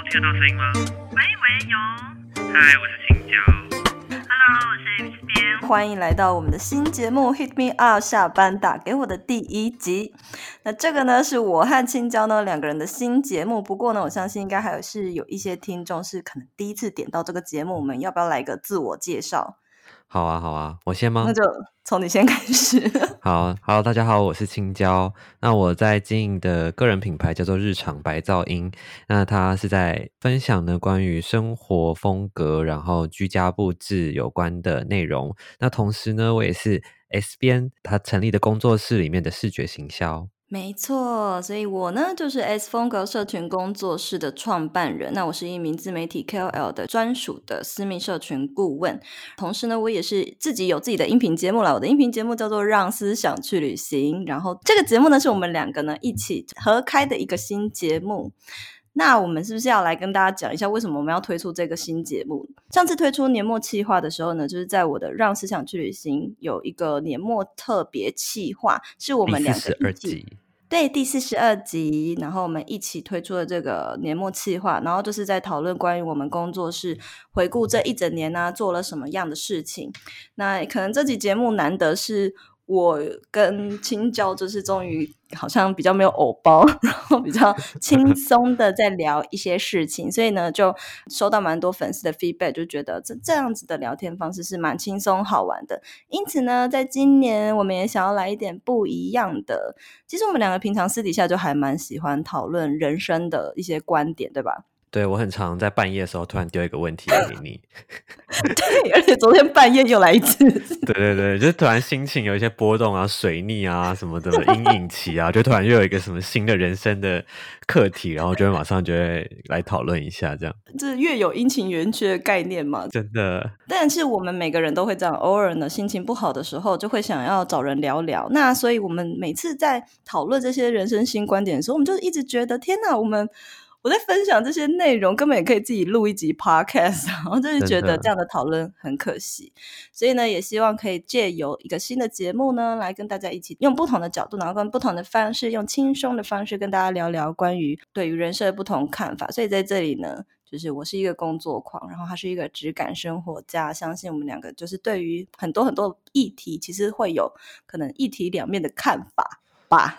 听得到声音吗？喂，有。嗨，我是青椒。Hello， 我是 X 边。 欢迎来到我们的新节目 Hit Me Up 下班打给我的第一集。那这个呢是我和青椒呢两个人的新节目，不过呢我相信应该还是有一些听众是可能第一次点到这个节目，我们要不要来个自我介绍？ 好啊，我先吗？ 那就从你先开始。 好，大家好，我是青椒。那我在经营的个人品牌叫做日常白噪音，那它是在分享呢关于生活风格，然后居家布置有关的内容。那同时呢，我也是 S 边他成立的工作室里面的视觉行销。 没错，所以我呢就是 S 风格社群工作室的创办人。那我是一名自媒体 KOL 的专属的私密社群顾问，同时呢我也是自己有自己的音频节目了。我的音频节目叫做让思想去旅行，然后这个节目呢是我们两个呢一起合开的一个新节目。那我们是不是要来跟大家讲一下为什么我们要推出这个新节目？上次推出年末企划的时候呢，就是在我的让思想去旅行有一个年末特别企划，是我们两个一起，对，第42集，然后我们一起推出了这个年末企划，然后就是在讨论关于我们工作室回顾这一整年啊做了什么样的事情。那可能这集节目难得是我跟青椒就是终于好像比较没有偶包，然后比较轻松的在聊一些事情，所以呢就收到蛮多粉丝的 feedback， 就觉得这样子的聊天方式是蛮轻松好玩的。因此呢在今年我们也想要来一点不一样的。其实我们两个平常私底下就还蛮喜欢讨论人生的一些观点，对吧？ 对，我很常在半夜的时候突然丢一个问题给你。 对，而且昨天半夜又来一次。 对，就是突然心情有一些波动啊，水逆啊什么的阴影期啊，就突然又有一个什么新的人生的课题，然后就会马上就会来讨论一下这样。 这月有阴晴圆缺的概念嘛， 真的。 但是我们每个人都会这样，偶尔呢心情不好的时候就会想要找人聊聊。那所以我们每次在讨论这些人生新观点的时候，我们就一直觉得天哪，我在分享这些内容根本也可以自己录一集 podcast， 然后就是觉得这样的讨论很可惜。所以呢也希望可以借由一个新的节目呢来跟大家一起用不同的角度，然后跟不同的方式，用轻松的方式跟大家聊聊关于对于人生的不同看法。所以在这里呢就是我是一个工作狂，然后他是一个质感生活家，相信我们两个就是对于很多议题其实会有可能一体两面的看法吧。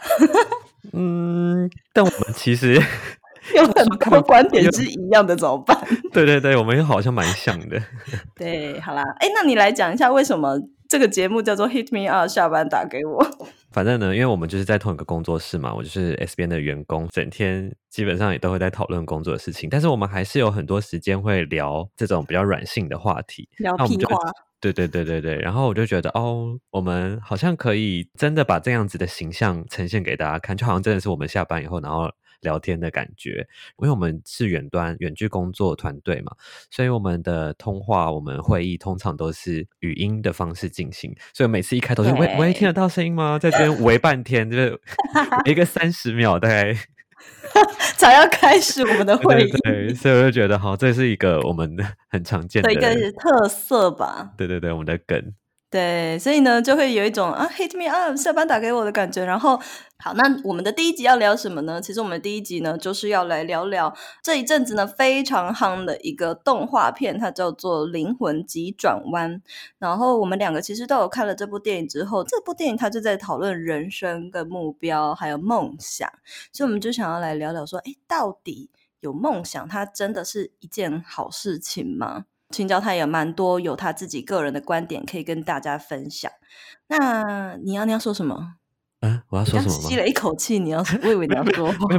但我们其实有很多观点是一样的怎么办？ 对，我们好像蛮像的。 对，好啦，那你来讲一下为什么这个节目叫做 Hit Me Up 下班打给我。 反正呢因为我们就是在同一个工作室嘛，我就是 S 边的员工，整天基本上也都会在讨论工作的事情，但是我们还是有很多时间会聊这种比较软性的话题， 聊屁话。 对，然后我就觉得我们好像可以真的把这样子的形象呈现给大家看，就好像真的是我们下班以后然后聊天的感觉。因为我们是远距工作团队嘛，所以我们的通话我们会议通常都是语音的方式进行，所以每次一开头就喂，听得到声音吗？在这边喂半天，就是一个30秒大概才要开始我们的会议。 对，所以我就觉得这是一个我们很常见的一个特色吧。 对，我们的梗。 对，所以呢就会有一种hit me up 下班打给我的感觉。然后好，那我们的第一集要聊什么呢？其实我们的第一集呢就是要来聊聊这一阵子呢非常夯的一个动画片，它叫做灵魂急转弯。然后我们两个其实都有看了这部电影之后，这部电影它就在讨论人生跟目标还有梦想，所以我们就想要来聊聊说到底有梦想它真的是一件好事情吗？青椒他也蛮多有他自己个人的观点可以跟大家分享。那你要说什么？ 我要说什么吗？ 吸了一口气，我以为你要说话。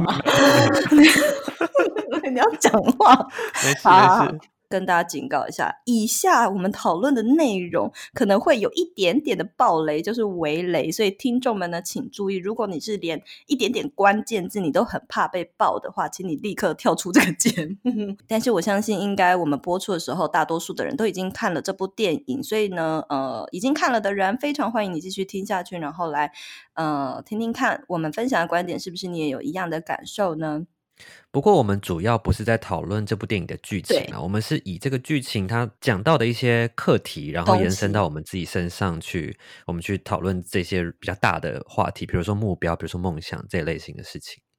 你要讲话。 没事。 跟大家警告一下，以下我们讨论的内容可能会有一点点的爆雷，就是微雷，所以听众们呢请注意，如果你是连一点点关键字你都很怕被爆的话，请你立刻跳出这个节目。但是我相信应该我们播出的时候大多数的人都已经看了这部电影，所以呢已经看了的人非常欢迎你继续听下去，然后来听听看我们分享的观点是不是你也有一样的感受呢？ 不过我们主要不是在讨论这部电影的剧情我们是以这个剧情它讲到的一些课题，然后延伸到我们自己身上去，我们去讨论这些比较大的话题，比如说目标，比如说梦想这类型的事情。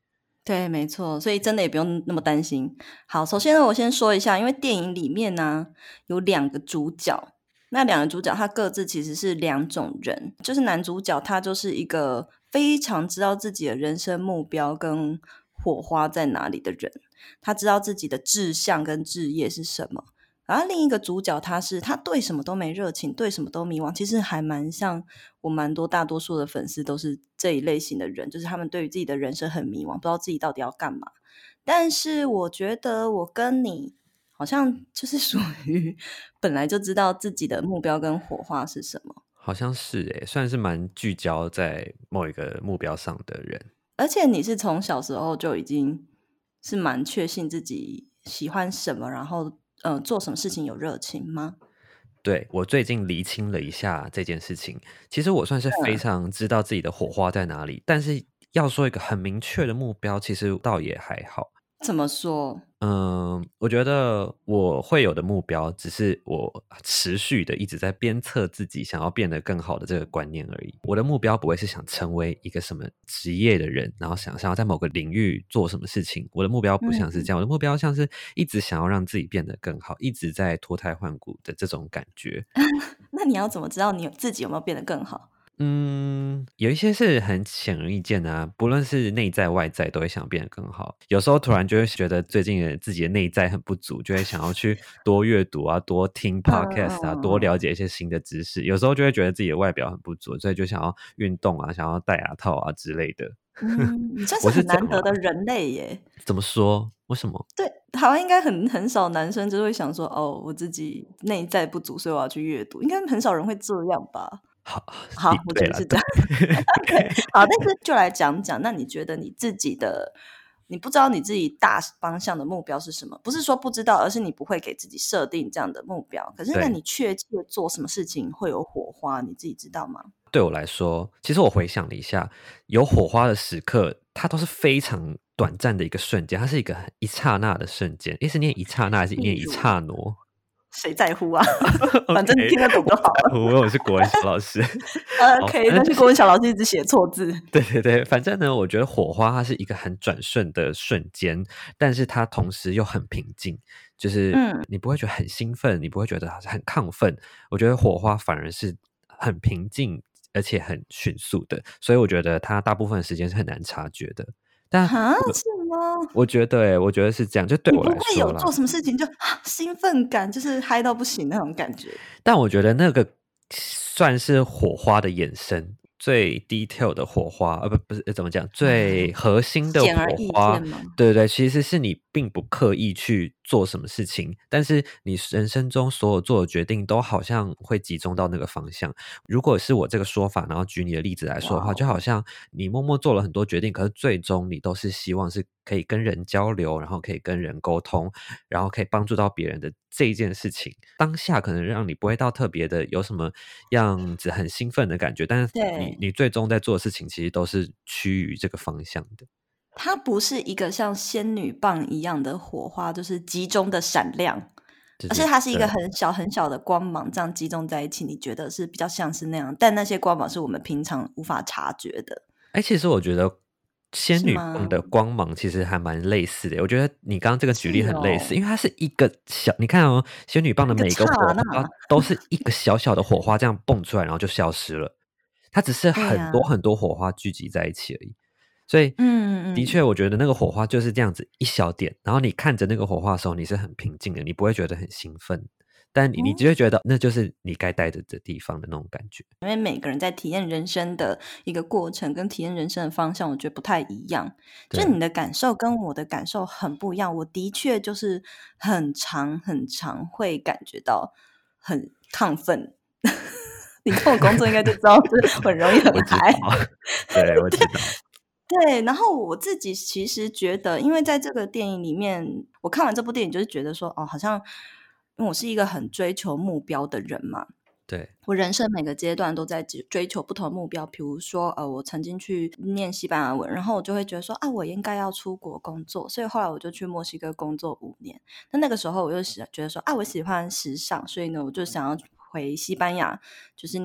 对，没错，所以真的也不用那么担心。好，首先呢，我先说一下，因为电影里面呢有2个主角，那2个主角他各自其实是2种人，就是男主角他就是一个非常知道自己的人生目标跟火花在哪里的人，他知道自己的志向跟志业是什么。然后另一个主角他对什么都没热情，对什么都迷惘，其实还蛮像我大多数的粉丝都是这一类型的人，就是他们对于自己的人生很迷惘，不知道自己到底要干嘛。但是我觉得我跟你好像就是属于本来就知道自己的目标跟火花是什么， 好像是诶，算是蛮聚焦在某一个目标上的人。 而且你是从小时候就已经是蛮确信自己喜欢什么，然后做什么事情有热情吗？ 对，我最近厘清了一下这件事情，其实我算是非常知道自己的火花在哪里，但是要说一个很明确的目标，其实倒也还好。 怎么说？ 我觉得我会有的目标，只是我持续的一直在鞭策自己想要变得更好的这个观念而已。我的目标不会是想成为一个什么职业的人，然后想要在某个领域做什么事情。我的目标不像是这样，我的目标像是一直想要让自己变得更好，一直在脱胎换骨的这种感觉。 那你要怎么知道你自己有没有变得更好？ 有一些是很显而易见的啊，不论是内在外在，都会想变得更好。有时候突然就会觉得最近的自己的内在很不足，就会想要去多阅读啊，多听 podcast 啊，多了解一些新的知识。有时候就会觉得自己的外表很不足，所以就想要运动啊，想要戴牙套啊之类的。 你算是我是很难得这样啦。 的人类耶。 怎么说？为什么？ 对，台湾应该很少男生就会想说，哦，我自己内在不足，所以我要去阅读，应该很少人会这样吧？好，我觉对啦， 得是这样。OK，好，但是就来讲讲，那你觉得你自己的，你不知道你自己大方向的目标是什么？不是说不知道，而是你不会给自己设定这样的目标。可是，那对。 你确切做什么事情会有火花，你自己知道吗？ 对我来说，其实我回想了一下，有火花的时刻，它都是非常短暂的一个瞬间，它是一个很一刹那的瞬间。是念一刹那还是念一刹那？ 谁在乎啊？反正听得懂就好了。 我以为我是国文小老师。 OK，但是国文小老师一直写错字。 对对对，反正呢，我觉得火花它是一个很转瞬的瞬间，但是它同时又很平静，就是你不会觉得很兴奋，你不会觉得很亢奋。我觉得火花反而是很平静，而且很迅速的，所以我觉得它大部分的时间是很难察觉的。但啊，是吗？ 我觉得是这样，就对我来你不会说啦。 有做什么事情就兴奋感，就是嗨到不行那种感觉？ 但我觉得那个算是火花的衍生，最 detail 的火花，不是怎么讲，最核心的显而火花， 易见吗？ 对对对，其实是你并不刻意去做什么事情，但是你人生中所有做的决定都好像会集中到那个方向。如果是我这个说法，然后举你的例子来说的话，就好像你默默做了很多决定，可是最终你都是希望是可以跟人交流，然后可以跟人沟通，然后可以帮助到别人的这一件事情，当下可能让你不会到特别的有什么样子很兴奋的感觉，但是你最终在做的事情其实都是趋于这个方向的。 它不是一个像仙女棒一样的火花，就是集中的闪亮，而且它是一个很小很小的光芒，这样集中在一起，你觉得是比较像是那样，但那些光芒是我们平常无法察觉的。 其实我觉得仙女棒的光芒其实还蛮类似的。我觉得你刚刚这个举例很类似，因为它是一个小，你看哦，仙女棒的每个火花都是一个小小的火花这样蹦出来，然后就消失了。它只是很多很多火花聚集在一起而已。所以，的确，我觉得那个火花就是这样子一小点，然后你看着那个火花的时候，你是很平静的，你不会觉得很兴奋，但你就会觉得那就是你该待的地方的那种感觉。 因为每个人在体验人生的一个过程跟体验人生的方向，我觉得不太一样。就你的感受跟我的感受很不一样。我的确就是很常会感觉到很亢奋。你跟我工作应该就知道，就是很容易很嗨。 对，我知道。 对，然后我自己其实觉得，因为在这个电影里面，我看完这部电影就是觉得说，哦，好像因为我是一个很追求目标的人嘛， 对， 我人生每个阶段都在追求不同的目标。比如说，我曾经去念西班牙文，然后我就会觉得说，我应该要出国工作，所以后来我就去墨西哥工作5年。那个时候我就觉得说，我喜欢时尚，所以呢，我就想要回西班牙，就是念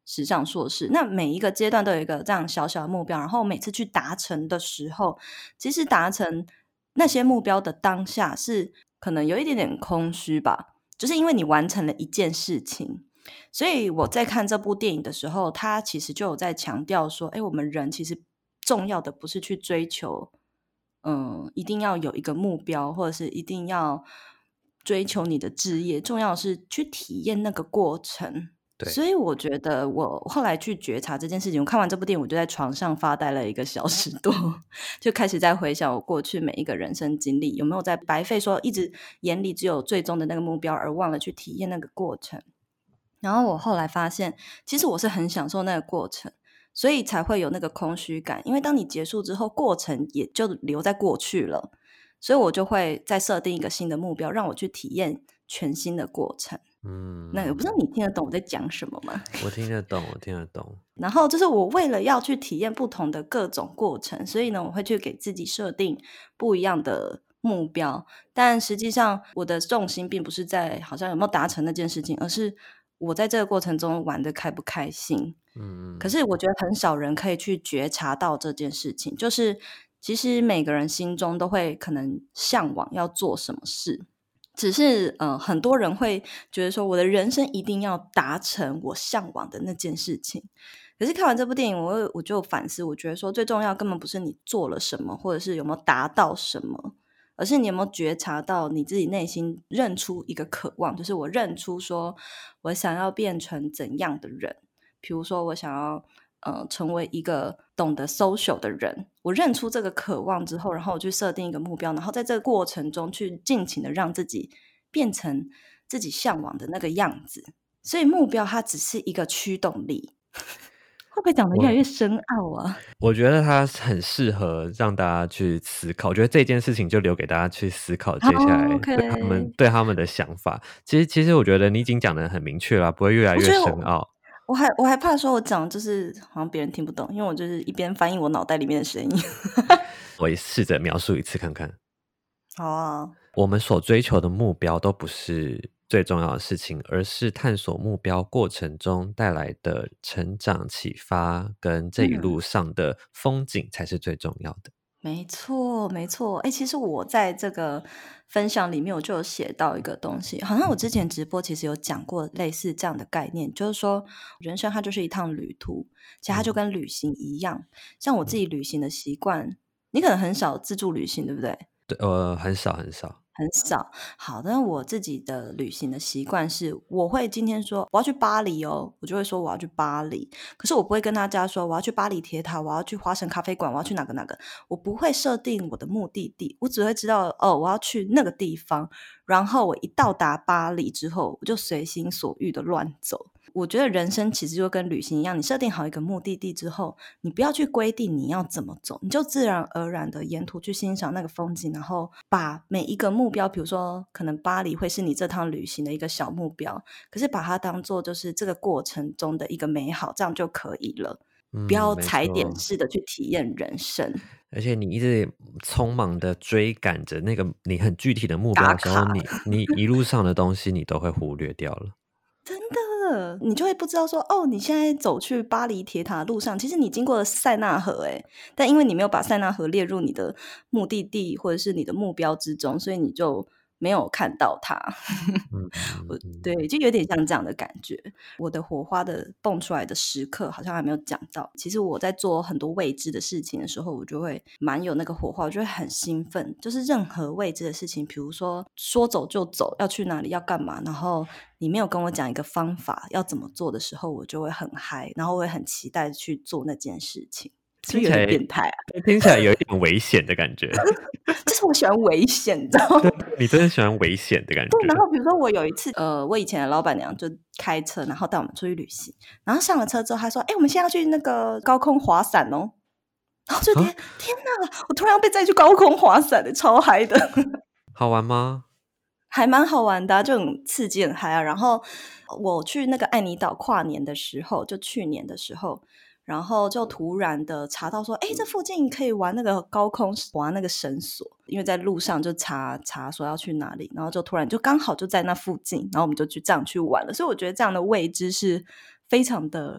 时尚硕士，那每一个阶段都有一个这样小小的目标，然后每次去达成的时候，其实达成那些目标的当下是可能有一点点空虚吧，就是因为你完成了一件事情。所以我在看这部电影的时候，他其实就有在强调说，我们人其实重要的不是去追求一定要有一个目标，或者是一定要追求你的志业，重要的是去体验那个过程。所以我觉得我后来去觉察这件事情，我看完这部电影我就在床上发呆了1个小时多就开始在回想我过去每一个人生经历，有没有在白费说一直眼里只有最终的那个目标，而忘了去体验那个过程。然后我后来发现其实我是很享受那个过程，所以才会有那个空虚感，因为当你结束之后，过程也就留在过去了，所以我就会再设定一个新的目标，让我去体验全新的过程。那我不知道你听得懂我在讲什么吗？ 我听得懂，我听得懂。 然后就是我为了要去体验不同的各种过程，所以呢，我会去给自己设定不一样的目标，但实际上我的重心并不是在好像有没有达成那件事情，而是我在这个过程中玩得开不开心。可是我觉得很少人可以去觉察到这件事情，就是其实每个人心中都会可能向往要做什么事，只是很多人会觉得说我的人生一定要达成我向往的那件事情。可是看完这部电影我就反思，我觉得说最重要根本不是你做了什么，或者是有没有达到什么，而是你有没有觉察到你自己内心认出一个渴望，就是我认出说我想要变成怎样的人，比如说我想要成为一个懂得 social 的人，我认出这个渴望之后，然后我去设定一个目标，然后在这个过程中去尽情的让自己变成自己向往的那个样子。所以目标它只是一个驱动力。会不会讲得越来越深奥啊？ 我觉得它很适合让大家去思考，我觉得这件事情就留给大家去思考接下来对他们的想法。其实我觉得你已经讲得很明确了，不会越来越深奥。 我还怕说我讲就是好像别人听不懂，因为我就是一边翻译我脑袋里面的声音。 我也试着描述一次看看。 好啊。 我们所追求的目标都不是最重要的事情，而是探索目标过程中带来的成长启发跟这一路上的风景才是最重要的。 没错没错。其实我在这个分享里面我就有写到一个东西，好像我之前直播其实有讲过类似这样的概念，就是说人生它就是一趟旅途，其实它就跟旅行一样。像我自己旅行的习惯，你可能很少自助旅行对不对？ 对，很少很少。 好，但我自己的旅行的习惯是，我会今天说我要去巴黎哦，我就会说我要去巴黎，可是我不会跟大家说我要去巴黎铁塔，我要去花神咖啡馆，我要去哪个，我不会设定我的目的地，我只会知道我要去那个地方，然后我一到达巴黎之后，我就随心所欲的乱走。我觉得人生其实就跟旅行一样，你设定好一个目的地之后，你不要去规定你要怎么走，你就自然而然的沿途去欣赏那个风景，然后把每一个目标，比如说可能巴黎会是你这趟旅行的一个小目标，可是把它当做就是这个过程中的一个美好，这样就可以了。不要踩点式的去体验人生。 而且你一直匆忙的追赶着那个你很具体的目标的时候，你一路上的东西你都会忽略掉了。 真的，你就会不知道说你现在走去巴黎铁塔的路上，其实你经过了塞纳河但因为你没有把塞纳河列入你的目的地或者是你的目标之中，所以你就没有看到它。对，就有点像这样的感觉。我的火花的蹦出来的时刻好像还没有讲到，其实我在做很多未知的事情的时候，我就会蛮有那个火花，我就会很兴奋，就是任何未知的事情，比如说说走就走，要去哪里要干嘛，然后你没有跟我讲一个方法要怎么做的时候，我就会很嗨，然后我会很期待去做那件事情。是不是有点变态啊？ 听起来有一点危险的感觉。 就是我喜欢危险，你知道吗？ 你真的喜欢危险的感觉。 对，然后比如说我有一次我以前的老板娘就开车，然后带我们出去旅行，然后上了车之后她说我们现在要去那个高空滑伞哦，然后就天哪，我突然要被载去高空滑伞超嗨的。 好玩吗？ 还蛮好玩的就很刺激很嗨啊。然后我去那个爱尼岛跨年的时候，就去年的时候，然后就突然的查到说这附近可以玩那个高空滑那个绳索，因为在路上就查说要去哪里，然后就突然就刚好就在那附近，然后我们就这样去玩了。所以我觉得这样的未知是非常的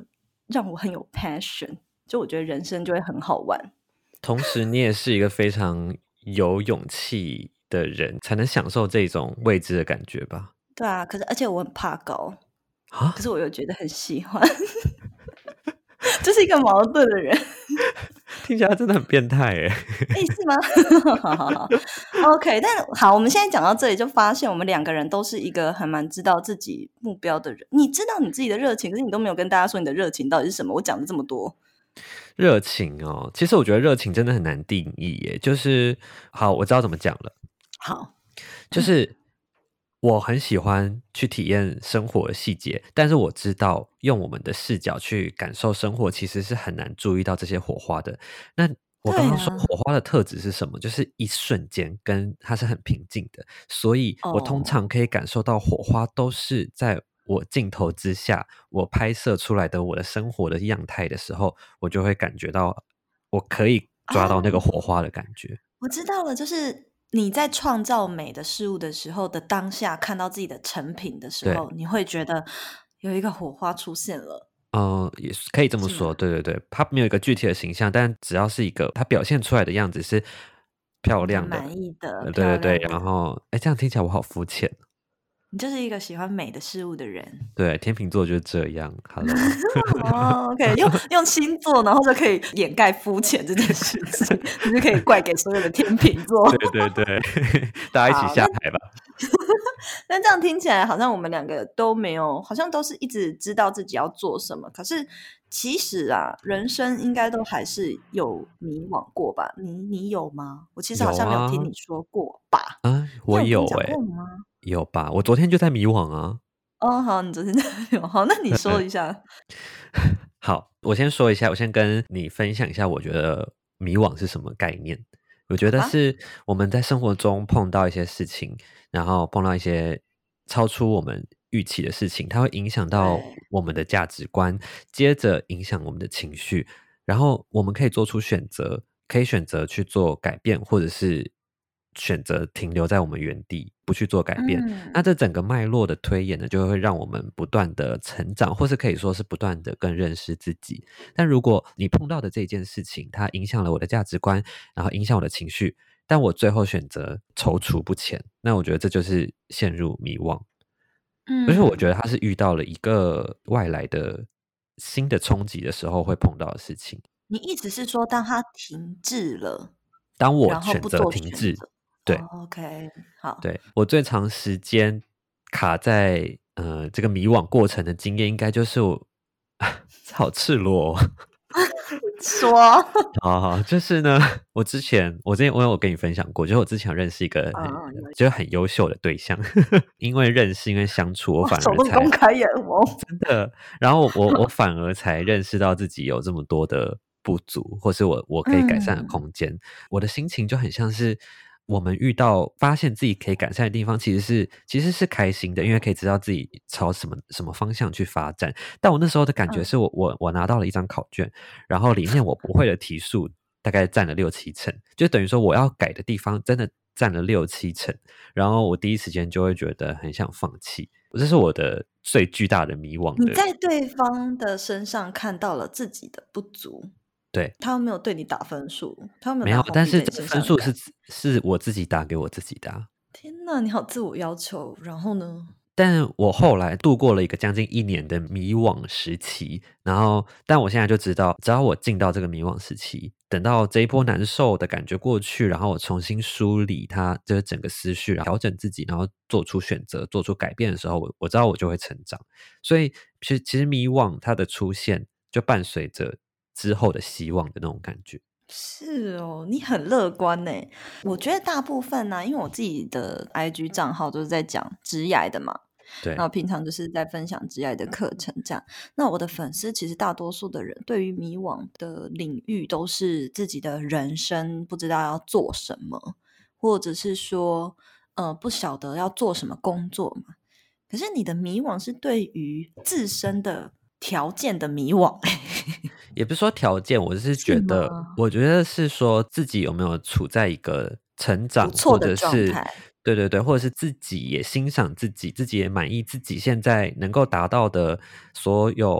让我很有 passion， 就我觉得人生就会很好玩。 同时你也是一个非常有勇气的人，才能享受这种未知的感觉吧？ 对啊，可是而且我很怕高， 啊可是我又觉得很喜欢，就是一个矛盾的人。 听起来真的很变态耶。 是吗？好好好 OK， 但好，我们现在讲到这里，就发现我们两个人都是一个还蛮知道自己目标的人。你知道你自己的热情，可是你都没有跟大家说你的热情到底是什么。我讲了这么多， 热情哦，其实我觉得热情真的很难定义耶。就是好，我知道怎么讲了， 好， 就是我很喜欢去体验生活的细节，但是我知道用我们的视角去感受生活，其实是很难注意到这些火花的。那我刚刚说对啊火花的特质是什么？就是一瞬间，跟它是很平静的，所以我通常可以感受到火花都是在我镜头之下，我拍摄出来的我的生活的样态的时候，我就会感觉到我可以抓到那个火花的感觉。 我知道了，就是你在创造美的事物的时候的当下，看到自己的成品的时候，你会觉得有一个火花出现了。 也是可以这么说，对对对，它没有一个具体的形象，但只要是一个它表现出来的样子是漂亮的， 满意的， 对对对， 漂亮的然后这样听起来我好肤浅。 你就是一个喜欢美的事物的人。 对，天秤座就是这样。Hello， 哦，OK，用星座，然后就可以掩盖肤浅这件事情，你就可以怪给所有的天秤座。 对对对，大家一起下台吧。 那这样听起来好像我们两个都没有，好像都是一直知道自己要做什么。可是其实啊，人生应该都还是有迷惘过吧？你有吗？我其实好像没有听你说过吧？ 我有你讲过吗？ 有吧？我昨天就在迷惘啊。 哦，好，你昨天有好，那你说一下。 好，我先说一下，我先跟你分享一下，我觉得迷惘是什么概念。我觉得是我们在生活中碰到一些事情，然后碰到一些超出我们预期的事情，它会影响到我们的价值观，接着影响我们的情绪，然后我们可以做出选择，可以选择去做改变，或者是选择停留在我们原地，不去做改变。那这整个脉络的推演呢，就会让我们不断的成长，或是可以说是不断的更认识自己。但如果你碰到的这件事情，它影响了我的价值观，然后影响我的情绪，但我最后选择踌躇不前，那我觉得这就是陷入迷惘。而且我觉得他是遇到了一个外来的新的冲击的时候会碰到的事情。 你意思是说，当它停滞了， 当我选择停滞，对、 OK， 好， 对，我最长时间卡在这个迷惘过程的经验，应该就是我好赤裸、哦。 说好，就是呢，我之前我有跟你分享过，就是我之前认识一个就是很优秀的对象，因为认识，因为相处，我反而才公开眼红， 真的，然后我反而才认识到自己有这么多的不足，或是我可以改善的空间。我的心情就很像是我们发现自己可以改善的地方，其实是开心的，因为可以知道自己朝什么方向去发展。但我那时候的感觉是我拿到了一张考卷，然后里面我不会的题数大概占了6-7成，就等于说我要改的地方真的占了6-7成，然后我第一时间就会觉得很想放弃。这是我的最巨大的迷惘。 你在对方的身上看到了自己的不足， 对， 他没有对你打分数，他没有，但是这个分数是我自己打给我自己的啊。 天哪，你好自我要求，然后呢？ 但我后来度过了一个将近1年的迷惘时期，但我现在就知道，只要我进到这个迷惘时期，等到这一波难受的感觉过去，然后我重新梳理它，就是整个思绪，调整自己，然后做出选择，做出改变的时候，我知道我就会成长。所以其实迷惘它的出现，就伴随着之后的希望的那种感觉。 是哦，你很乐观呢。我觉得大部分呢，因为我自己的 IG 账号都是在讲职涯的嘛， 对， 然后平常就是在分享职涯的课程这样。那我的粉丝其实大多数的人对于迷惘的领域都是自己的人生不知道要做什么，或者是说不晓得要做什么工作嘛。可是你的迷惘是对于自身的条件的迷惘。 也不是说条件，我是觉得，我觉得是说自己有没有处在一个成长不错的状态， 对对对，或者是自己也欣赏自己，自己也满意自己现在能够达到的所有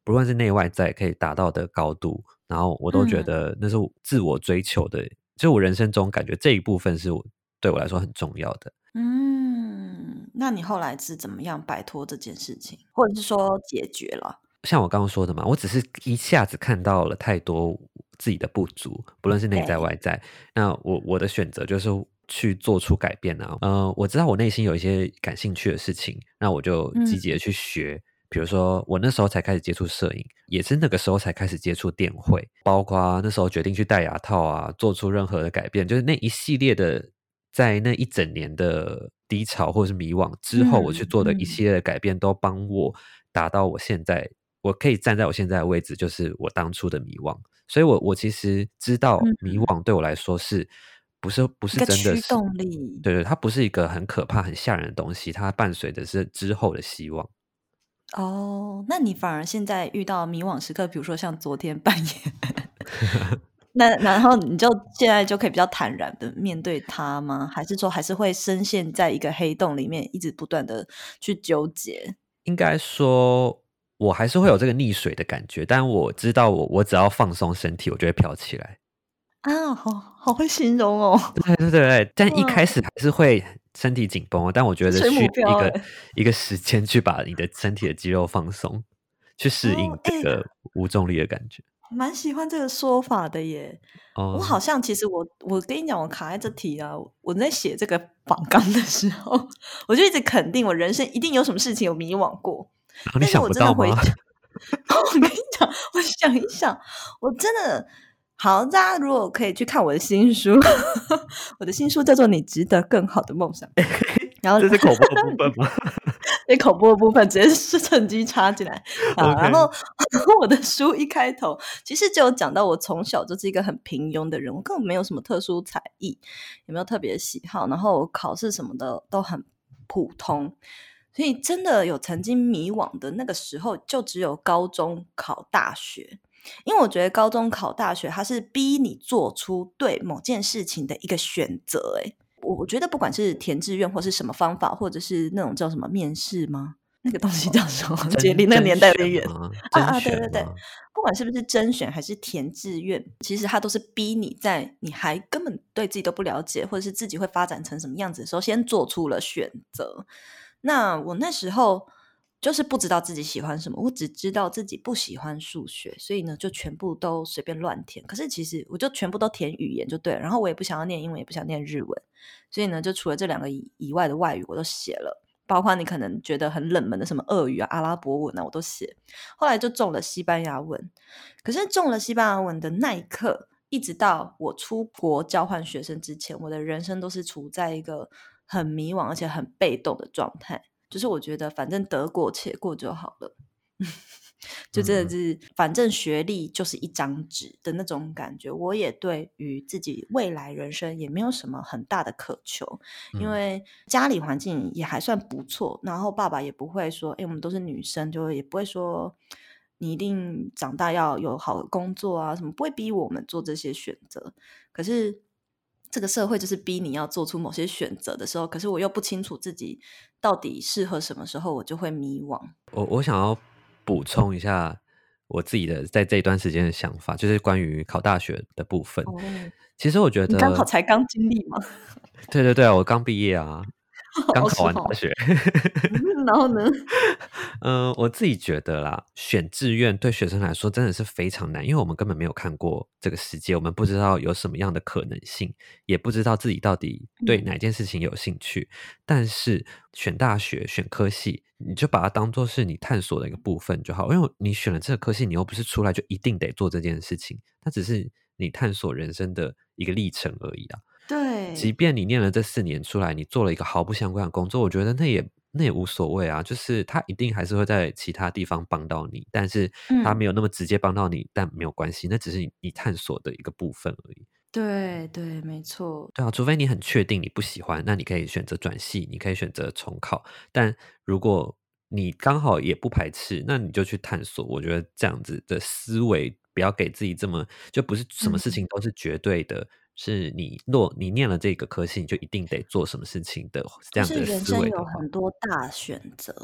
不论是内外在可以达到的高度，然后我都觉得那是自我追求的，就我人生中感觉这一部分是对我来说很重要的。 那你后来是怎么样摆脱这件事情，或者是说解决了？ 像我刚刚说的嘛，我只是一下子看到了太多自己的不足，不论是内在外在。那我的选择就是去做出改变啊。我知道我内心有一些感兴趣的事情，那我就积极的去学。比如说，我那时候才开始接触摄影，也是那个时候才开始接触电绘，包括那时候决定去戴牙套啊，做出任何的改变，就是那一系列的，在那一整年的低潮或者是迷惘之后，我去做的一系列的改变，都帮我达到我可以站在我现在的位置，就是我当初的迷惘。所以我其实知道迷惘对我来说不是真的驱动力。 对，它不是一个很可怕很吓人的东西，它伴随的是之后的希望。 那你反而现在遇到迷惘时刻，比如说像昨天半夜那然后你就现在就可以比较坦然的面对它吗？还是说还是会深陷在一个黑洞里面，一直不断的去纠结？ 应该说我还是会有这个溺水的感觉，但我知道我只要放松身体，我就会飘起来。 好会形容哦。 对，但一开始还是会身体紧绷，但我觉得需要一个时间去把你的身体的肌肉放松，去适应这个无重力的感觉。 蛮喜欢这个说法的耶。我好像其实我跟你讲，我卡在这题啊。我在写这个访纲的时候，我就一直肯定我人生一定有什么事情有迷惘过。 你想不到吗？ 我跟你讲，我想一想，我真的好。大家如果可以去看我的新书，我的新书叫做《你值得更好的梦想》。然后这是口播的部分吗？ 这口播的部分直接是趁机插进来。然后我的书一开头其实就有讲到我从小就是一个很平庸的人，我根本没有什么特殊才艺，也没有特别的喜好，然后考试什么的都很普通。所以真的有曾经迷惘的那个时候，就只有高中考大学。因为我觉得高中考大学它是逼你做出对某件事情的一个选择。我觉得不管是填志愿或是什么方法，或者是那种叫什么面试吗？那个东西叫什么？离那个年代有点远对，不管是不是甄选还是填志愿，其实它都是逼你在你还根本对自己都不了解，或者是自己会发展成什么样子的时候，先做出了选择。那我那时候就是不知道自己喜欢什么，我只知道自己不喜欢数学，所以呢就全部都随便乱填。可是其实我就全部都填语言就对了，然后我也不想要念英文，也不想念日文，所以呢就除了这两个以外的外语我都写了，包括你可能觉得很冷门的什么俄语啊、阿拉伯文啊我都写。后来就中了西班牙文。可是中了西班牙文的那一刻，一直到我出国交换学生之前，我的人生都是处在一个很迷惘而且很被动的状态。就是我觉得反正得过且过就好了就真的是反正学历就是一张纸的那种感觉。我也对于自己未来人生也没有什么很大的渴求，因为家里环境也还算不错，然后爸爸也不会说我们都是女生，就也不会说你一定长大要有好的工作啊什么，不会逼我们做这些选择。可是这个社会就是逼你要做出某些选择的时候，可是我又不清楚自己到底适合什么时候，我就会迷惘。 我想要补充一下我自己的在这一段时间的想法，就是关于考大学的部分。其实我觉得你刚好才刚经历吗？ 对，我刚毕业啊，刚考完大学然后呢我自己觉得啦，选志愿对学生来说真的是非常难，因为我们根本没有看过这个世界，我们不知道有什么样的可能性，也不知道自己到底对哪件事情有兴趣。但是选大学选科系，你就把它当作是你探索的一个部分就好，因为你选了这个科系，你又不是出来就一定得做这件事情，它只是你探索人生的一个历程而已啦。 对， 即便你念了这4年出来，你做了一个毫不相关的工作，我觉得那也无所谓啊，就是他一定还是会在其他地方帮到你，但是他没有那么直接帮到你，但没有关系，那只是你探索的一个部分而已。 对，没错。 对啊，除非你很确定你不喜欢，那你可以选择转系，你可以选择重考。但如果你刚好也不排斥，那你就去探索。我觉得这样子的思维，不要给自己这么，就不是什么事情都是绝对的。是你念了这个科系，你就一定得做什么事情的这样的思维的话， 就是人生有很多大选择，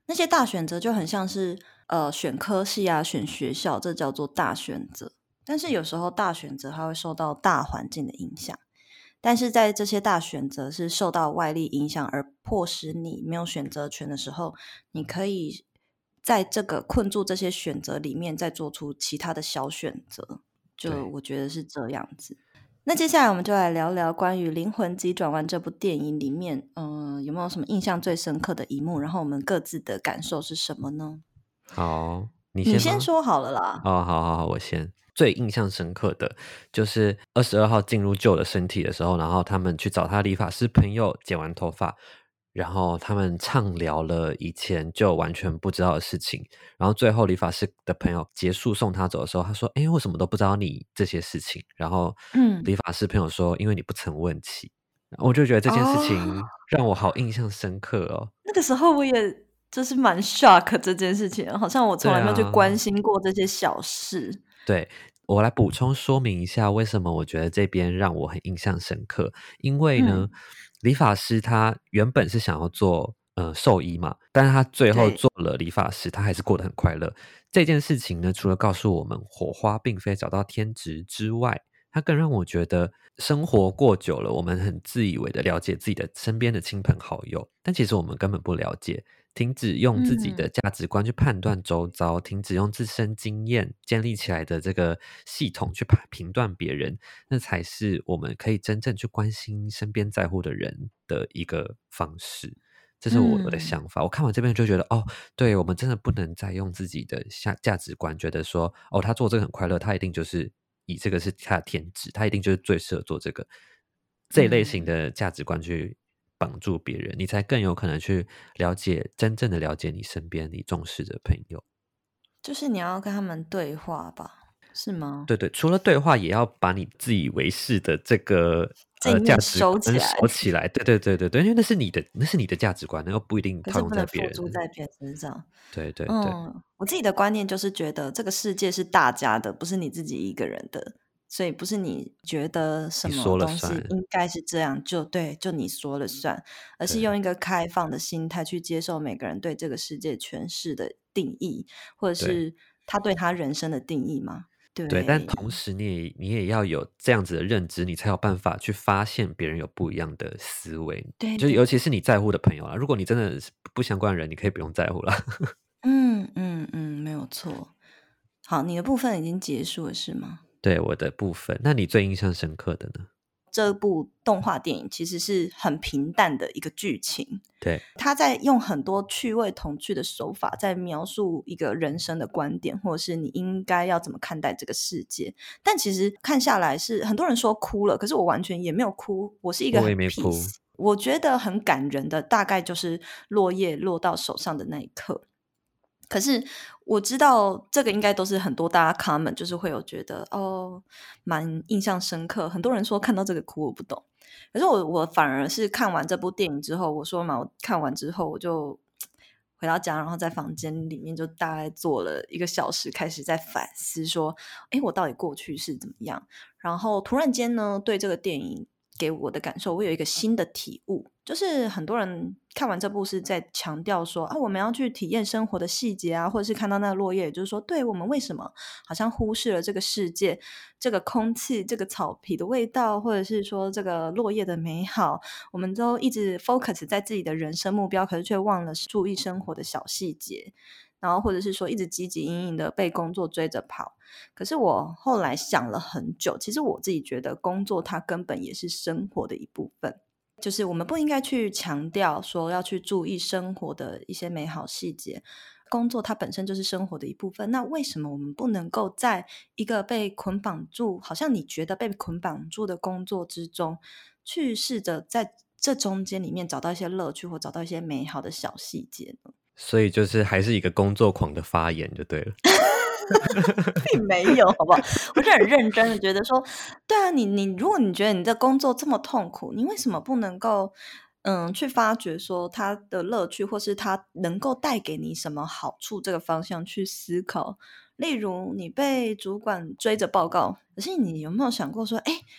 那些大选择就很像是选科系啊、选学校，这叫做大选择。但是有时候大选择它会受到大环境的影响，但是在这些大选择是受到外力影响而迫使你没有选择权的时候，你可以在这个困住这些选择里面再做出其他的小选择，就对， 我觉得是这样子。那接下来我们就来聊聊关于《灵魂急转弯》这部电影里面，有没有什么印象最深刻的一幕？然后我们各自的感受是什么呢？ 好，你你先吗？ 先说好了啦。 哦，好好好，我先。最印象深刻的就是22号进入旧的身体的时候，然后他们去找他理发师朋友剪完头发，然后他们畅聊了以前就完全不知道的事情，然后最后理发师的朋友结束送他走的时候，他说：“哎，我什么都不知道你这些事情。”然后嗯， 理发师朋友说：“因为你不曾问起。”我就觉得这件事哦， 情让我好印象深刻哦。 那个时候我也就是蛮 shock 这件事情，好像我从对来没有去关啊， 心过这些小事。 对，我来补充说明一下，为什么我觉得这边让我很印象深刻。因为呢， 嗯， 理发师他原本是想要做兽医嘛，但是他最后对， 做了理发师，他还是过得很快乐。这件事情呢，除了告诉我们火花并非找到天职之外，它更让我觉得生活过久了，我们很自以为的了解自己的身边的亲朋好友，但其实我们根本不了解。停止用自己的嗯。 价值观去判断周遭，停止用自身经验建立起来的这个系统去评断别人，那才是我们可以真正去关心身边在乎的人的一个方式。这是我的嗯， 想法。我看完这边就觉得，哦，对，我们真的不能再用自己的价值观，觉得说，哦，他做这个很快乐，他一定就是以这个是他的天职，他一定就是最适合做这个这一类型嗯， 的价值观去绑住别人，你才更有可能去真正的了解你身边你重视的朋友。 就是你要跟他们对话吧，是吗？ 对对，除了对话，也要把你自以为是的这个价这一面值观收起来， 收起来。对对对对对，因为那是你的价值观，那又不一定套用在可是不能付别人的。 诸在别人身上。 对对对， 我自己的观念就是觉得这个世界是大家的，不是你自己一个人的，所以不是你觉得什你么说了算。 东西应该是这样就对，就你说了算，而是对用一个开放的心态去接受每个人对这个世界诠释的定义，或者对。 是他对他人生的定义嘛。 对，但对， 同时你也要有这样子的认知，你才有办法去发现别人有不一样的思维， 对对， 就尤其是你在乎的朋友啦。如果你真的是不相关的人，你可以不用在乎啦。 嗯嗯嗯，没有错。好，你的部分已经结束了是吗？ 对，我的部分，那你最印象深刻的呢？ 这部动画电影其实是很平淡的一个剧情， 对， 他在用很多趣味童趣的手法，在描述一个人生的观点，或者是你应该要怎么看待这个世界。但其实看下来是很多人说哭了，可是我完全也没有哭，我是一个很我也没哭。 peace。我觉得很感人的，大概就是落叶落到手上的那一刻。可是我知道这个应该都是很多大家 comment，就是会有觉得蛮印象深刻。很多人说看到这个哭，我不懂。可是我反而是看完这部电影之后，我说嘛，我看完之后我就回到家，然后在房间里面就大概坐了1个小时，开始在反思说，诶，我到底过去是怎么样？然后突然间呢，对这个电影给我的感受，我有一个新的体悟，就是很多人看完这部是在强调说啊，我们要去体验生活的细节啊，或者是看到那个落叶，也就是说，对我们为什么好像忽视了这个世界、这个空气、这个草皮的味道，或者是说这个落叶的美好，我们都一直 focus 在自己的人生目标，可是却忘了注意生活的小细节。然后或者是说一直汲汲营营的被工作追着跑，可是我后来想了很久，其实我自己觉得工作它根本也是生活的一部分，就是我们不应该去强调说要去注意生活的一些美好细节，工作它本身就是生活的一部分，那为什么我们不能够在一个被捆绑住，好像你觉得被捆绑住的工作之中，去试着在这中间里面找到一些乐趣，或找到一些美好的小细节呢？ 所以就是还是一个工作狂的发言就对了。 并没有，好不好？我是很认真的觉得说，对啊，如果你觉得你的工作这么痛苦，你为什么不能够去发掘说它的乐趣，或是它能够带给你什么好处这个方向去思考。例如你被主管追着报告，可是你有没有想过说，哎，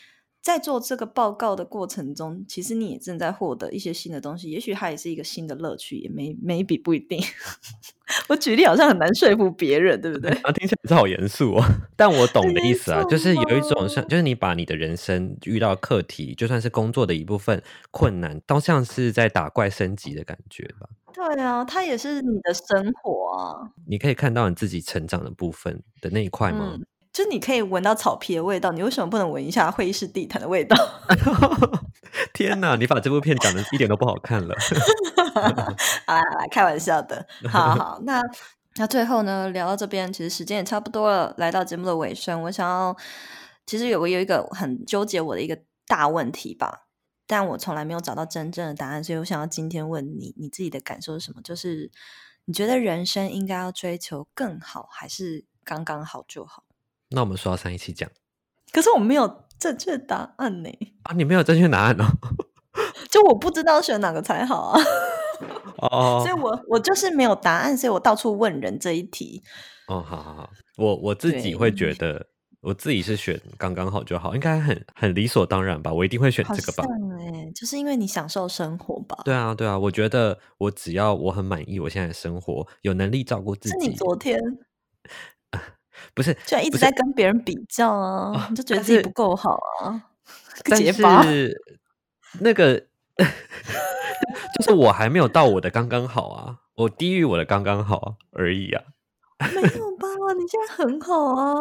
在做这个报告的过程中，其实你也正在获得一些新的东西，也许它也是一个新的乐趣，也maybe不一定。我举例好像很难说服别人，对不对？ 听起来是好严肃哦，但我懂你的意思啊， 很严肃就是有一种吗像，就是你把你的人生遇到的课题，就算是工作的一部分困难，都像是在打怪升级的感觉吧。 对啊，它也是你的生活啊。 你可以看到你自己成长的部分的那一块吗？ 就是你可以闻到草皮的味道，你为什么不能闻一下会议室地毯的味道？ 天哪，你把这部片讲的一点都不好看了。 好啦，开玩笑的。好，那最后呢，聊到这边，其实时间也差不多了，来到节目的尾声，我想要，其实有一个很纠结我的一个大问题吧，但我从来没有找到真正的答案，所以我想要今天问你，你自己的感受是什么？就是你觉得人生应该要追求更好，还是刚刚好就好？ 那我们说到3一起讲可是我没有正确答案呢。 啊，你没有正确答案哦。 就我不知道选哪个才好啊。 哦所以我就是没有答案，所以我到处问人这一题。 哦，好，我自己会觉得，我自己是选刚刚好就好，应该很理所当然吧，我一定会选这个吧。 好像就是因为你享受生活吧。 对啊，我觉得我只要我很满意我现在的生活，有能力照顾自己。 是你昨天不是就一直在跟别人比较啊，你就觉得自己不够好啊， 但结巴。 是那个就是我还没有到我的刚刚好啊，我低于我的刚刚好而已啊。 没有吧？你现在很好啊。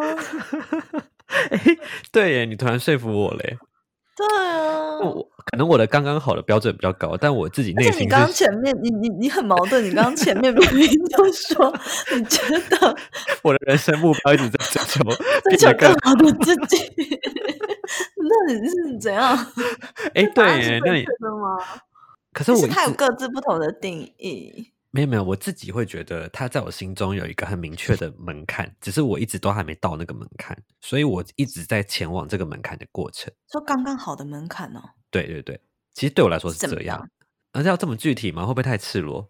对耶，你突然说服我嘞。 对啊， 可能我的刚刚好的标准比较高，但我自己内心是。 而且你刚刚前面你很矛盾，你刚刚前面明明就说你觉得我的人生目标一直在追求更好的自己。那你是怎样？ 对耶，那你的吗？ 可是我它有各自不同的定义。 没有，我自己会觉得它在我心中有一个很明确的门槛，只是我一直都还没到那个门槛，所以我一直在前往这个门槛的过程。 说刚刚好的门槛哦。 对，其实对我来说是这样。 怎么样？ 而且要这么具体吗？会不会太赤裸？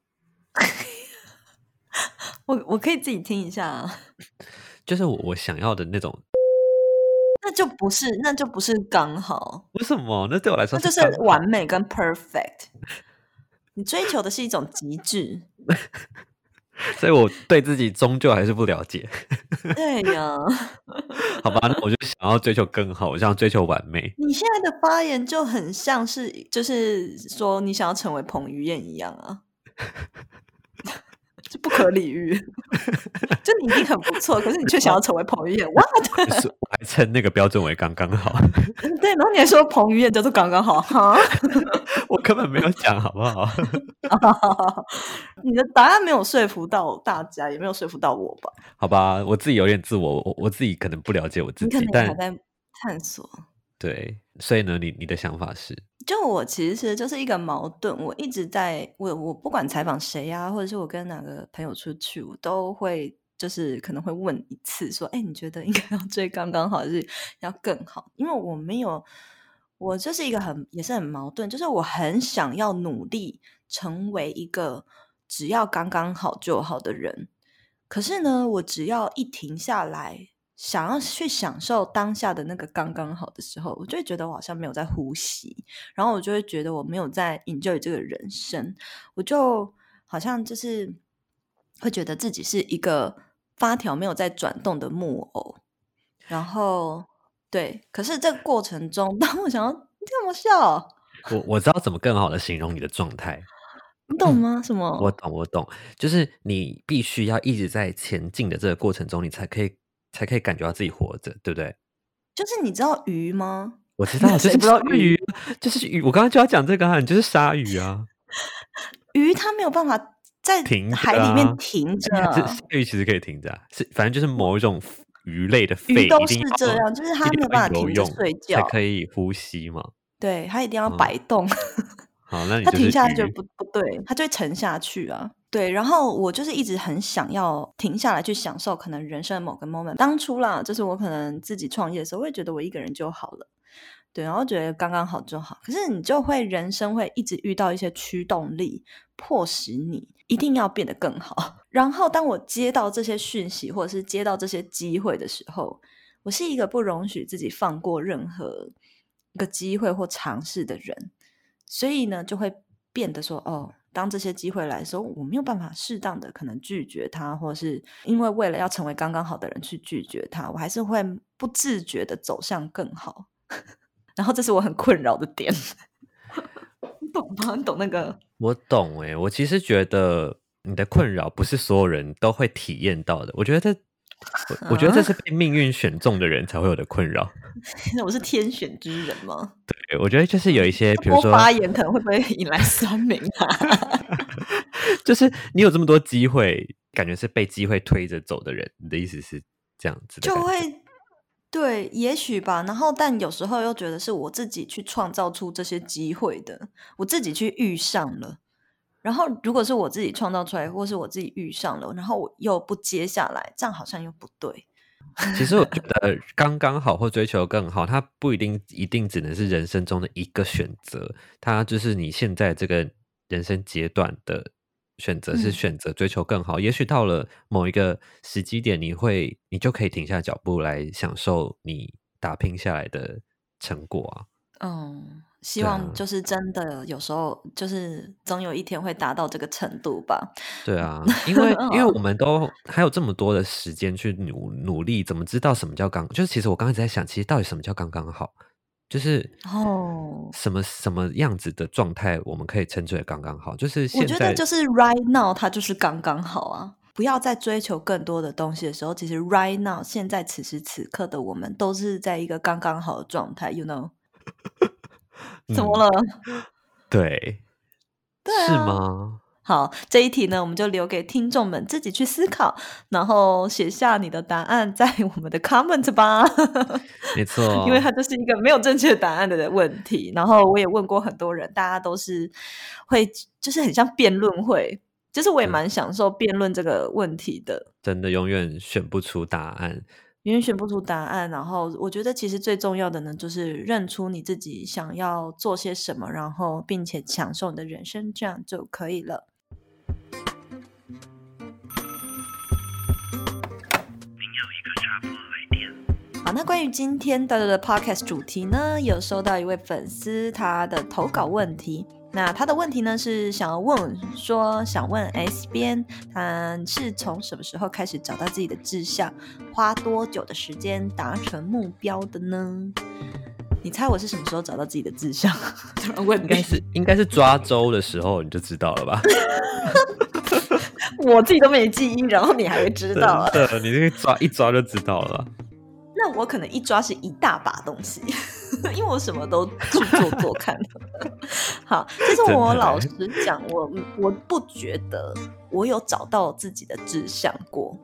我可以自己听一下啊。 就是我想要的那种。 那就不是刚好。 为什么？那对我来说那就是完美跟 perfect。你追求的是一种极致。 所以我对自己终究还是不了解。 对呀。 好吧，那我就想要追求更好，我想要追求完美。 你现在的发言就很像是，就是说你想要成为彭于晏一样啊。就不可理喻。就你已经很不错，可是你却想要成为彭于晏。What？ 就是我还称那个标准为刚刚好。 对，然后你还说彭于晏叫做刚刚好哈。 我根本没有讲，好不好？ 你的答案没有说服到大家，也没有说服到我吧？ 好吧，我自己有点自我自己可能不了解我自己， 你可能还在探索。 对，所以呢，你的想法是？ 就我其实就是一个矛盾，我一直在我不管采访谁啊，或者是我跟哪个朋友出去，我都会就是可能会问一次说，你觉得应该要追刚刚好，还是要更好？因为我没有，我就是一个也是很矛盾，就是我很想要努力成为一个只要刚刚好就好的人，可是呢，我只要一停下来，想要去享受当下的那个刚刚好的时候，我就会觉得我好像没有在呼吸，然后我就会觉得我没有在 enjoy 这个人生，我就好像就是会觉得自己是一个发条没有在转动的木偶。然后对，可是这个过程中，当我想要，你干嘛笑？ 我知道怎么更好的形容你的状态。 你懂吗？什么？ 我懂，就是你必须要一直在前进的这个过程中，你才可以感觉到自己活着，对不对？ 就是你知道鱼吗？ 我知道，就是不知道鱼，就是鱼。我刚刚就要讲这个啊，你就是鲨鱼啊。 鱼它没有办法在海里面停着。 鲨鱼其实可以停着啊，反正就是某一种鱼类的肺鱼都是这样，就是它没有办法停着睡觉， 才可以呼吸嘛。 对，它一定要摆动。 好，那你它停下来就不对，它就会沉下去啊。对，然后我就是一直很想要停下来去享受可能人生的某个 moment。当初啦，就是我可能自己创业的时候，我会觉得我一个人就好了，对，然后觉得刚刚好就好。可是你就会人生会一直遇到一些驱动力，迫使你一定要变得更好。然后当我接到这些讯息，或者是接到这些机会的时候，我是一个不容许自己放过任何一个机会或尝试的人，所以呢就会变得说当这些机会来的时候，我没有办法适当的可能拒绝他，或是因为了要成为刚刚好的人去拒绝他，我还是会不自觉的走向更好然后这是我很困扰的点你懂吗？你懂那个？ 我懂我其实觉得你的困扰不是所有人都会体验到的，我觉得这是被命运选中的人才会有的困扰。 那我是天选之人吗？ 对，我觉得就是有一些比如说多发言可能会不会引来酸民就是你有这么多机会，感觉是被机会推着走的人，你的意思是这样子的感觉？ 就会对，也许吧。然后但有时候又觉得是我自己去创造出这些机会的，我自己去遇上了。然后如果是我自己创造出来，或是我自己遇上了，然后我又不接下来，这样好像又不对。 其实我觉得刚刚好或追求更好，它不一定只能是人生中的一个选择，它就是你现在这个人生阶段的选择是选择追求更好。也许到了某一个时机点，你就可以停下脚步来享受你打拼下来的成果啊。 希望就是真的有时候就是总有一天会达到这个程度吧。 对啊，因为我们都还有这么多的时间去努力，怎么知道什么叫就是其实我刚才在想，其实到底什么叫刚刚好，就是什么样子的状态我们可以称之为刚刚好，就是现在我觉得就是 right now 它就是刚刚好啊。不要再追求更多的东西的时候，其实 right now 现在此时此刻的我们都是在一个刚刚好的状态 you know 怎么了？ 对，是吗？ 好，这一题呢，我们就留给听众们自己去思考，然后写下你的答案在我们的 comment 吧。 没错， 因为它就是一个没有正确答案的问题。然后我也问过很多人，大家都是会就是很像辩论会，就是我也蛮享受辩论这个问题的。 真的永远选不出答案。 永远选不出答案，然后我觉得其实最重要的呢，就是认出你自己想要做些什么，然后并且享受你的人生，这样就可以了。好，那关于今天的 podcast 主题呢，有收到一位粉丝他的投稿问题。那他的问题呢是想问 S 边他是从什么时候开始找到自己的志向，花多久的时间达成目标的呢？你猜我是什么时候找到自己的志向？突然问你， 应该是抓周的时候你就知道了吧？ 我自己都没记忆，然后你还会知道啊？ 真的，你这个一抓就知道了吧？ 那我可能一抓是一大把东西，因为我什么都去做看。好，其实我老实讲，我不觉得我有找到自己的志向过。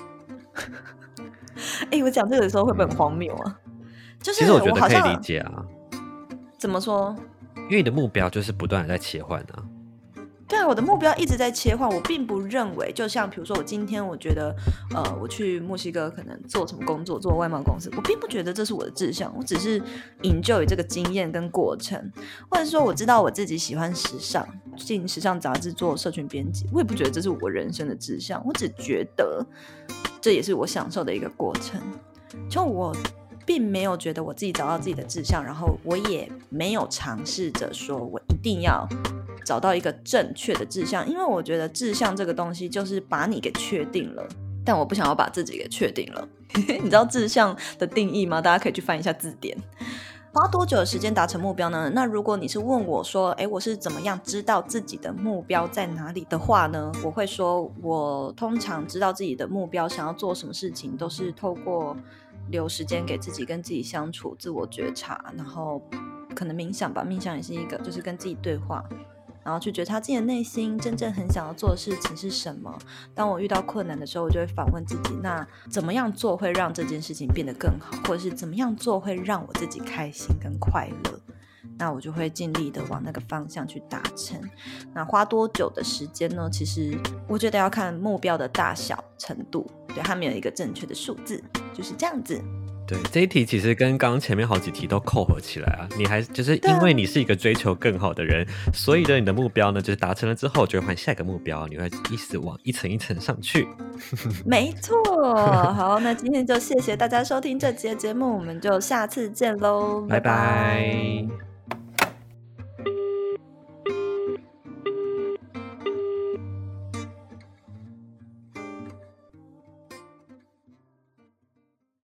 我讲这个的时候会不会很荒谬啊？就是其实我觉得可以理解啊。 怎么说？ 因为你的目标就是不断的在切换啊。 对啊，我的目标一直在切换，我并不认为，就像比如说我今天我觉得我去墨西哥可能做什么工作，做外贸公司，我并不觉得这是我的志向，我只是 enjoy 这个经验跟过程，或者说我知道我自己喜欢时尚，进时尚杂志做社群编辑，我也不觉得这是我人生的志向，我只觉得这也是我享受的一个过程。就我并没有觉得我自己找到自己的志向，然后我也没有尝试着说我一定要找到一个正确的志向，因为我觉得志向这个东西就是把你给确定了，但我不想要把自己给确定了。你知道志向的定义吗？大家可以去翻一下字典。花多久的时间达成目标呢？那如果你是问我说我是怎么样知道自己的目标在哪里的话呢，我会说我通常知道自己的目标想要做什么事情，都是透过留时间给自己，跟自己相处，自我觉察，然后可能冥想吧，冥想也是一个，就是跟自己对话，然后去觉察自己的内心真正很想要做的事情是什么。当我遇到困难的时候，我就会反问自己，那怎么样做会让这件事情变得更好，或者是怎么样做会让我自己开心跟快乐，那我就会尽力的往那个方向去达成。那花多久的时间呢？其实我觉得要看目标的大小程度，对，它没有一个正确的数字，就是这样子。 对，这一题其实跟刚刚前面好几题都扣合起来啊。你还就是因为你是一个追求更好的人，所以呢，你的目标呢就是达成了之后，就会换下一个目标，你会一直往一层一层上去。 没错， 错。好，那今天就谢谢大家收听这集的节目，我们就下次见喽， 拜拜拜。 拜。